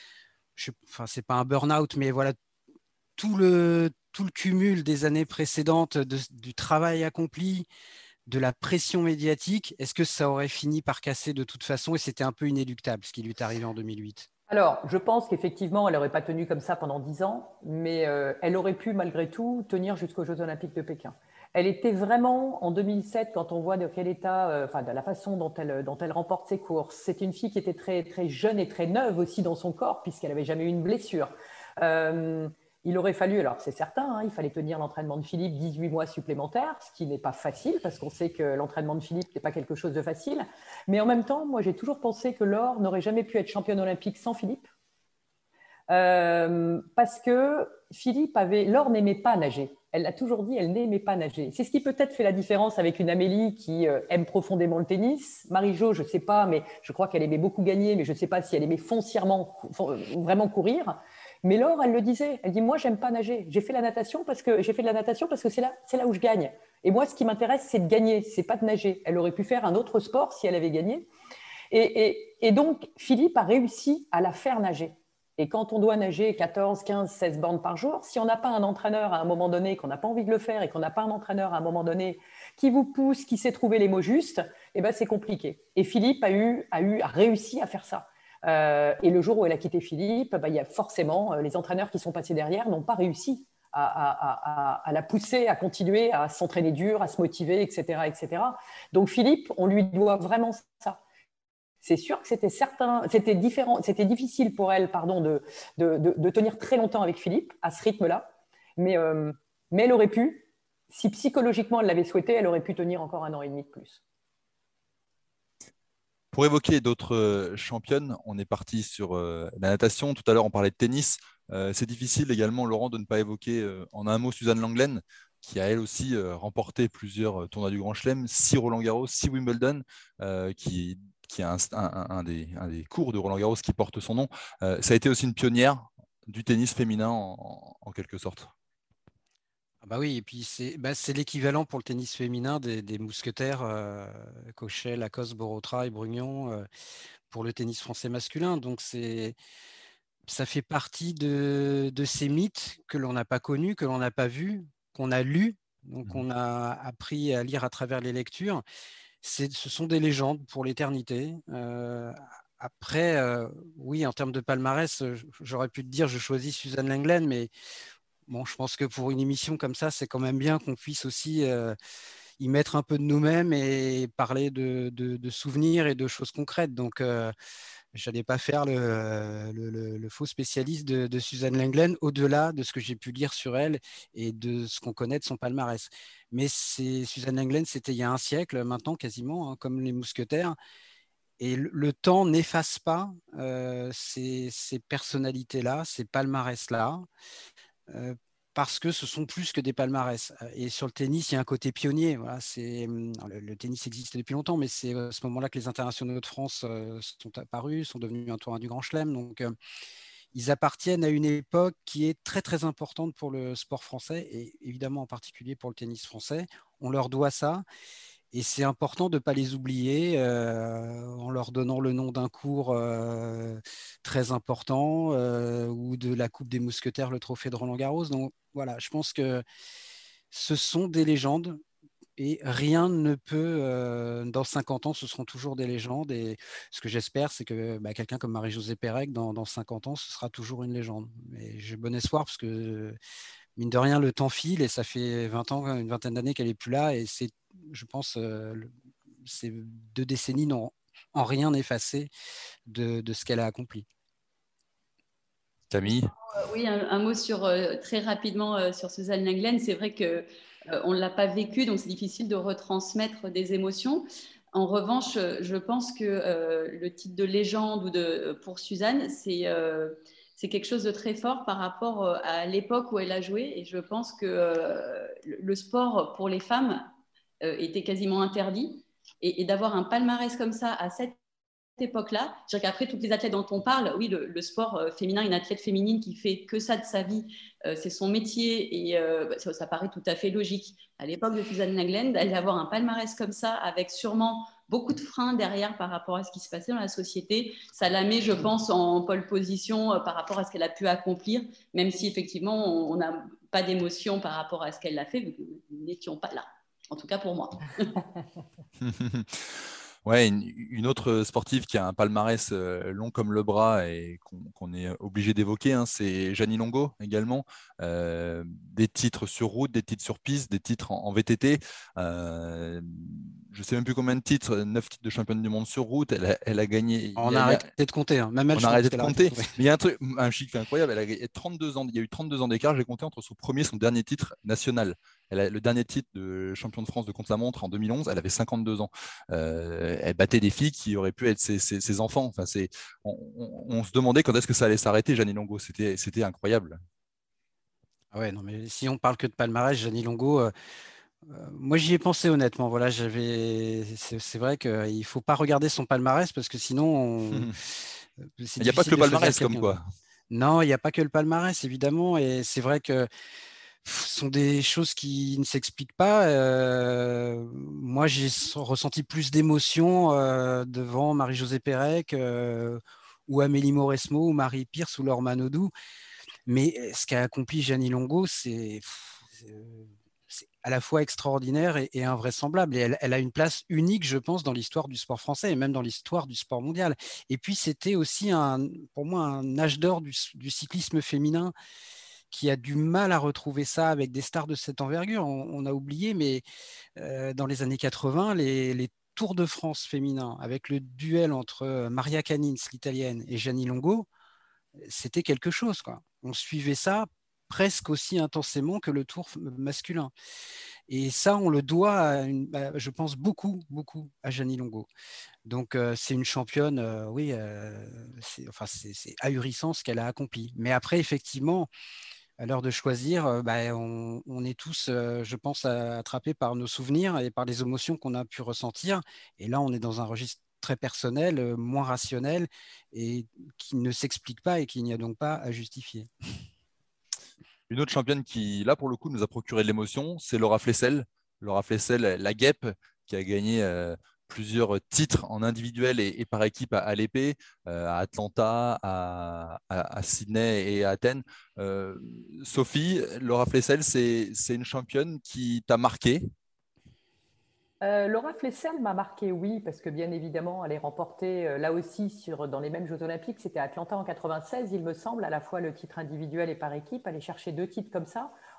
Speaker 5: c'est pas un burn-out, mais voilà, tout le cumul des années précédentes, du travail accompli, de la pression médiatique, est-ce que ça aurait fini par casser de toute façon et c'était un peu inéluctable ce qui lui est arrivé en 2008?
Speaker 3: Alors, je pense qu'effectivement, elle n'aurait pas tenu comme ça pendant 10 ans, mais elle aurait pu malgré tout tenir jusqu'aux Jeux olympiques de Pékin. Elle était vraiment, en 2007, quand on voit de quel état, de la façon dont elle remporte ses courses, c'est une fille qui était très, très jeune et très neuve aussi dans son corps, puisqu'elle n'avait jamais eu une blessure. Il aurait fallu, alors c'est certain, il fallait tenir l'entraînement de Philippe 18 mois supplémentaires, ce qui n'est pas facile, parce qu'on sait que l'entraînement de Philippe n'est pas quelque chose de facile. Mais en même temps, moi, j'ai toujours pensé que Laure n'aurait jamais pu être championne olympique sans Philippe. Parce que Laure n'aimait pas nager. Elle l'a toujours dit, elle n'aimait pas nager. C'est ce qui peut-être fait la différence avec une Amélie qui aime profondément le tennis. Marie-Jo, je ne sais pas, mais je crois qu'elle aimait beaucoup gagner, mais je ne sais pas si elle aimait foncièrement vraiment courir. Mais Laure, elle le disait, elle dit, moi, j'aime pas nager. J'ai fait de la natation parce que c'est là où je gagne. Et moi, ce qui m'intéresse, c'est de gagner, c'est pas de nager. Elle aurait pu faire un autre sport si elle avait gagné. Et donc, Philippe a réussi à la faire nager. Et quand on doit nager 14, 15, 16 bornes par jour, si on n'a pas un entraîneur à un moment donné, qu'on n'a pas envie de le faire et qu'on n'a pas un entraîneur à un moment donné qui vous pousse, qui sait trouver les mots justes, eh ben c'est compliqué. Et Philippe a réussi à faire ça. Et le jour où elle a quitté Philippe, il y a forcément les entraîneurs qui sont passés derrière n'ont pas réussi à la pousser, à continuer, à s'entraîner dur, à se motiver, etc., etc. Donc Philippe, on lui doit vraiment ça. C'est sûr que c'était difficile pour elle, de tenir très longtemps avec Philippe à ce rythme-là, mais elle aurait pu, si psychologiquement elle l'avait souhaité, elle aurait pu tenir encore 1 an et demi de plus.
Speaker 2: Pour évoquer d'autres championnes, on est parti sur la natation. Tout à l'heure, on parlait de tennis. C'est difficile également, Laurent, de ne pas évoquer en un mot Suzanne Lenglen, qui a elle aussi remporté plusieurs tournois du Grand Chelem, 6 Roland-Garros, 6 Wimbledon, qui a un des cours de Roland-Garros qui porte son nom. Ça a été aussi une pionnière du tennis féminin en quelque sorte.
Speaker 5: Ah bah oui, et puis c'est l'équivalent pour le tennis féminin des mousquetaires Cochet, Lacoste, Borotra et Brugnon pour le tennis français masculin. Donc ça fait partie de ces mythes que l'on n'a pas connus, que l'on n'a pas vus, qu'on a lus, donc on a appris à lire à travers les lectures. Ce sont des légendes pour l'éternité. Après, oui, en termes de palmarès, j'aurais pu te dire je choisis Suzanne Lenglen, mais bon, je pense que pour une émission comme ça, c'est quand même bien qu'on puisse aussi y mettre un peu de nous-mêmes et parler de souvenirs et de choses concrètes. Donc, je n'allais pas faire le faux spécialiste de Suzanne Lenglen, au-delà de ce que j'ai pu lire sur elle et de ce qu'on connaît de son palmarès. Mais Suzanne Lenglen, c'était il y a un siècle maintenant, quasiment, hein, comme les mousquetaires. Et le temps n'efface pas ces personnalités-là, ces palmarès-là, euh, parce que ce sont plus que des palmarès. Et sur le tennis, il y a un côté pionnier. Voilà, le tennis existe depuis longtemps, mais c'est à ce moment-là que les internationaux de France sont apparus, sont devenus un tournoi du Grand Chelem. Donc, ils appartiennent à une époque qui est très, très importante pour le sport français et évidemment en particulier pour le tennis français. On leur doit ça. Et c'est important de ne pas les oublier en leur donnant le nom d'un cours très important ou de la Coupe des Mousquetaires, le trophée de Roland-Garros. Donc voilà, je pense que ce sont des légendes et rien ne peut, dans 50 ans, ce seront toujours des légendes. Et ce que j'espère, c'est que quelqu'un comme Marie-Josée Pérec, dans 50 ans, ce sera toujours une légende. Mais j'ai bon espoir parce que mine de rien, le temps file et ça fait 20 ans, une vingtaine d'années qu'elle n'est plus là. Et c'est, je pense, ces 2 décennies n'ont en rien effacé de ce qu'elle a accompli.
Speaker 2: Camille?
Speaker 4: Oui, un mot très rapidement sur Suzanne Lenglen. C'est vrai qu'on ne l'a pas vécu, donc c'est difficile de retransmettre des émotions. En revanche, je pense que le titre de légende pour Suzanne, c'est quelque chose de très fort par rapport à l'époque où elle a joué. Et je pense que le sport pour les femmes était quasiment interdit. Et d'avoir un palmarès comme ça à cette époque-là, je dirais qu'après, toutes les athlètes dont on parle, oui, le sport féminin, une athlète féminine qui fait que ça de sa vie, c'est son métier et ça paraît tout à fait logique. À l'époque de Suzanne Lenglen, d'aller avoir un palmarès comme ça, avec sûrement beaucoup de freins derrière par rapport à ce qui se passait dans la société, ça la met, je pense, en pole position par rapport à ce qu'elle a pu accomplir, même si effectivement, on n'a pas d'émotion par rapport à ce qu'elle a fait, vu que nous n'étions pas là. En tout cas pour moi.
Speaker 2: Ouais, une autre sportive qui a un palmarès long comme le bras et qu'on est obligé d'évoquer, hein, c'est Jeannie Longo également. Des titres sur route, des titres sur piste, des titres en VTT. Je ne sais même plus combien de titres, 9 titres de championne du monde sur route. Elle a gagné.
Speaker 5: On a arrêté de compter, hein. Même elle,
Speaker 2: on a arrêté de compter. Mais il y a un chiffre incroyable. Elle a gagné 32 ans. Il y a eu 32 ans d'écart. J'ai compté entre son premier et son dernier titre national. Le dernier titre de champion de France de contre-la-montre en 2011, elle avait 52 ans. Elle battait des filles qui auraient pu être ses enfants. Enfin, on se demandait quand est-ce que ça allait s'arrêter, Jeannie Longo. C'était incroyable.
Speaker 5: Ah ouais, non, mais si on parle que de palmarès, Jeannie Longo, moi j'y ai pensé honnêtement. Voilà, c'est vrai qu'il ne faut pas regarder son palmarès parce que sinon, c'est
Speaker 2: Il n'y a pas que
Speaker 5: difficile
Speaker 2: le
Speaker 5: de choisir
Speaker 2: palmarès comme
Speaker 5: quelqu'un.
Speaker 2: quoi.
Speaker 5: Non, il n'y a pas que le palmarès, évidemment. Et c'est vrai que ce sont des choses qui ne s'expliquent pas. Moi, j'ai ressenti plus d'émotion devant Marie-Josée Pérec ou Amélie Mauresmo ou Marie Pierce ou Laure Manodou. Mais ce qu'a accompli Jeannie Longo, c'est à la fois extraordinaire et invraisemblable. Et elle a une place unique, je pense, dans l'histoire du sport français et même dans l'histoire du sport mondial. Et puis, c'était aussi, pour moi, un âge d'or du cyclisme féminin qui a du mal à retrouver ça avec des stars de cette envergure. On a oublié, mais dans les années 80, les Tours de France féminins, avec le duel entre Maria Canins, l'italienne, et Gianni Longo, c'était quelque chose, quoi. On suivait ça presque aussi intensément que le tour masculin. Et ça, on le doit, je pense, beaucoup, beaucoup à Gianni Longo. Donc, c'est une championne, oui, c'est ahurissant ce qu'elle a accompli. Mais après, effectivement, à l'heure de choisir, on est tous, je pense, attrapés par nos souvenirs et par les émotions qu'on a pu ressentir. Et là, on est dans un registre très personnel, moins rationnel et qui ne s'explique pas et qu'il n'y a donc pas à justifier.
Speaker 2: Une autre championne qui, là, pour le coup, nous a procuré de l'émotion, c'est Laura Flessel. Laura Flessel, la guêpe, qui a gagné plusieurs titres en individuel et par équipe à l'épée, à Atlanta, à Sydney et à Athènes. Sophie, Laura Flessel, c'est une championne qui t'a marqué.
Speaker 3: Laura Flessel m'a marqué, oui, parce que bien évidemment, elle est remportée là aussi dans les mêmes Jeux Olympiques. C'était à Atlanta en 96, il me semble, à la fois le titre individuel et par équipe. Aller chercher 2 titres comme ça.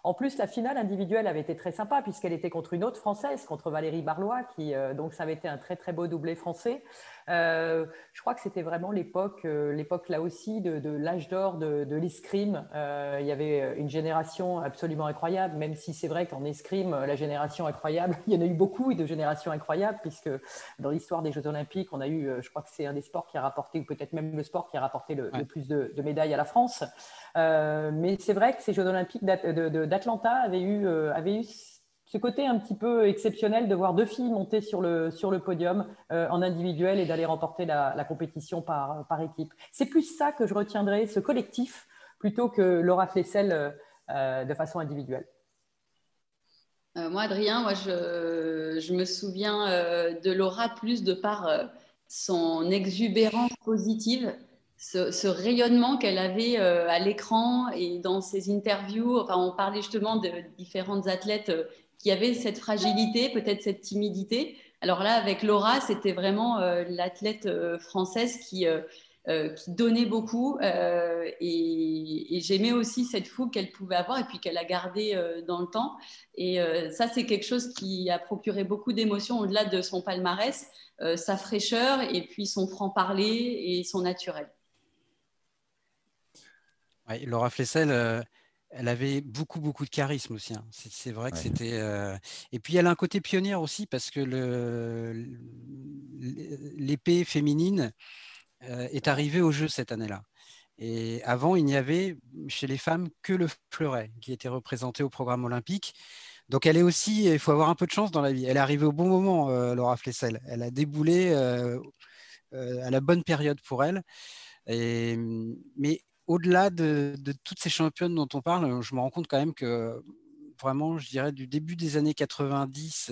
Speaker 3: En plus, la finale individuelle avait été très sympa puisqu'elle était contre une autre Française, contre Valérie Barlois, donc ça avait été un très très beau doublé français. Je crois que c'était vraiment l'époque là aussi de l'âge d'or de l'escrime. Il y avait une génération absolument incroyable, même si c'est vrai qu'en escrime, la génération incroyable, il y en a eu beaucoup de générations incroyables, puisque dans l'histoire des Jeux Olympiques, on a eu, je crois que c'est un des sports qui a rapporté, ou peut-être même le sport qui a rapporté le plus de médailles à la France. Mais c'est vrai que ces Jeux Olympiques d'Atlanta avaient eu ce côté un petit peu exceptionnel de voir 2 filles monter sur le podium en individuel et d'aller remporter la compétition par équipe. C'est plus ça que je retiendrai, ce collectif, plutôt que Laura Flessel de façon individuelle.
Speaker 4: Moi, Adrien, je me souviens de Laura plus de par son exubérance positive, ce rayonnement qu'elle avait à l'écran et dans ses interviews. Enfin, on parlait justement de différentes athlètes qui avaient cette fragilité, peut-être cette timidité. Alors là, avec Laura, c'était vraiment l'athlète française qui donnait beaucoup et j'aimais aussi cette fougue qu'elle pouvait avoir et puis qu'elle a gardée dans le temps. Et ça, c'est quelque chose qui a procuré beaucoup d'émotions au-delà de son palmarès, sa fraîcheur et puis son franc-parler et son naturel.
Speaker 5: Ouais, Laura Flessel, elle avait beaucoup de charisme aussi. Hein. C'est vrai que c'était. Et puis elle a un côté pionnière aussi parce que l'épée féminine est arrivée au jeu cette année-là. Et avant, il n'y avait chez les femmes que le fleuret qui était représenté au programme olympique. Donc elle est aussi, il faut avoir un peu de chance dans la vie. Elle est arrivée au bon moment, Laura Flessel. Elle a déboulé à la bonne période pour elle. Mais au-delà de toutes ces championnes dont on parle, je me rends compte quand même que vraiment, je dirais, du début des années 90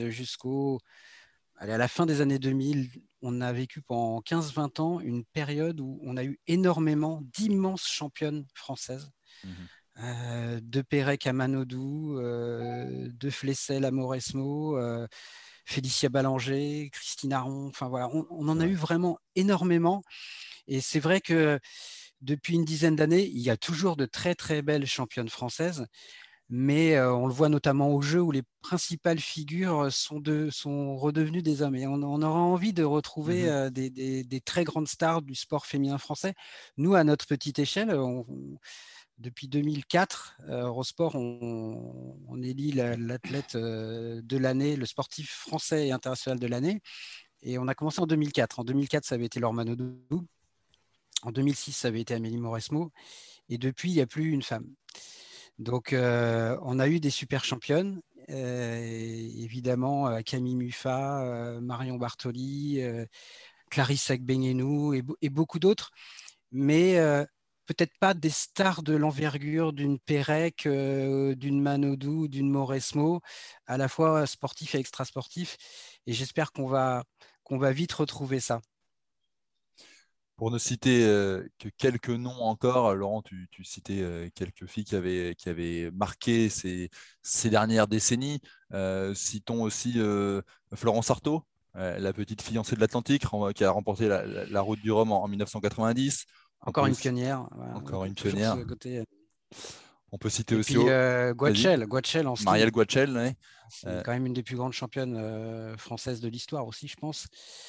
Speaker 5: à la fin des années 2000, on a vécu pendant 15-20 ans une période où on a eu énormément d'immenses championnes françaises. De Pérec à Manodou, de Flessel à Mauresmo, Félicia Ballanger, Christine Aron, enfin voilà, on en a eu vraiment énormément. Et c'est vrai que depuis une dizaine d'années, il y a toujours de très très belles championnes françaises, mais on le voit notamment au jeu où les principales figures sont redevenues des hommes. Et on aura envie de retrouver des très grandes stars du sport féminin français. Nous, à notre petite échelle, depuis 2004, Eurosport, on élit l'athlète de l'année, le sportif français et international de l'année. Et on a commencé en 2004. En 2004, ça avait été Laure Manodou. En 2006, ça avait été Amélie Mauresmo. Et depuis, il n'y a plus une femme. Donc, on a eu des super championnes. Évidemment, Camille Muffat, Marion Bartoli, Clarisse Agbenienou et beaucoup d'autres. Mais peut-être pas des stars de l'envergure d'une Pérec, d'une Manodou, d'une Mauresmo, à la fois sportif et extrasportif. Et j'espère qu'on va vite retrouver ça.
Speaker 2: Pour ne citer que quelques noms encore, Laurent, tu citais quelques filles qui avaient marqué ces dernières décennies. Citons aussi Florence Artaud, la petite fiancée de l'Atlantique, qui a remporté la Route du Rhum en 1990.
Speaker 5: Encore une pionnière.
Speaker 2: Encore une pionnière. On peut citer aussi
Speaker 5: Guatchel en ski.
Speaker 2: Marielle Guatchel, ouais.
Speaker 5: C'est quand même une des plus grandes championnes françaises de l'histoire aussi, je pense.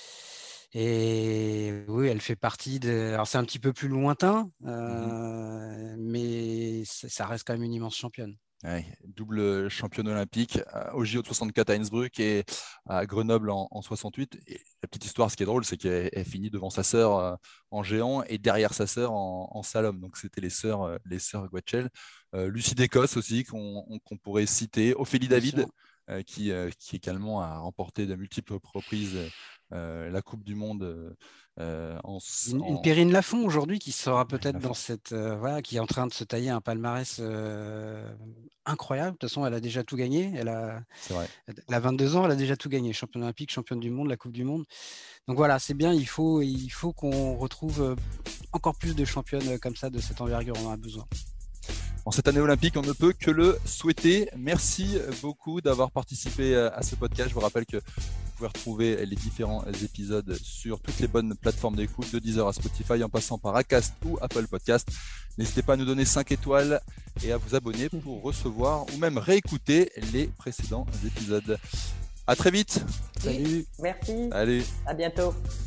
Speaker 5: Et oui, elle fait partie alors c'est un petit peu plus lointain, mais ça reste quand même une immense championne.
Speaker 2: Ouais, double championne olympique au JO de 64 à Innsbruck et à Grenoble en 68. Et la petite histoire, ce qui est drôle, c'est qu'elle finit devant sa sœur en géant et derrière sa sœur en slalom. Donc c'était les sœurs Guatchel. Lucie d'Écosse aussi, qu'on pourrait citer. Ophélie David, qui également a remporté de multiples reprises la Coupe du Monde.
Speaker 5: Une Perrine Lafont aujourd'hui qui sera peut-être dans cette qui est en train de se tailler un palmarès incroyable. De toute façon, elle a déjà tout gagné. Elle a 22 ans, elle a déjà tout gagné. Championne olympique, championne du monde, la Coupe du Monde. Donc voilà, c'est bien. Il faut qu'on retrouve encore plus de championnes comme ça de cette envergure. On en a besoin.
Speaker 2: En cette année olympique, on ne peut que le souhaiter. Merci beaucoup d'avoir participé à ce podcast. Je vous rappelle que pouvez retrouver les différents épisodes sur toutes les bonnes plateformes d'écoute, de Deezer à Spotify, en passant par Acast ou Apple Podcast. N'hésitez pas à nous donner 5 étoiles et à vous abonner pour recevoir ou même réécouter les précédents épisodes. À très vite.
Speaker 3: Salut. Merci.
Speaker 2: Allez.
Speaker 3: À bientôt.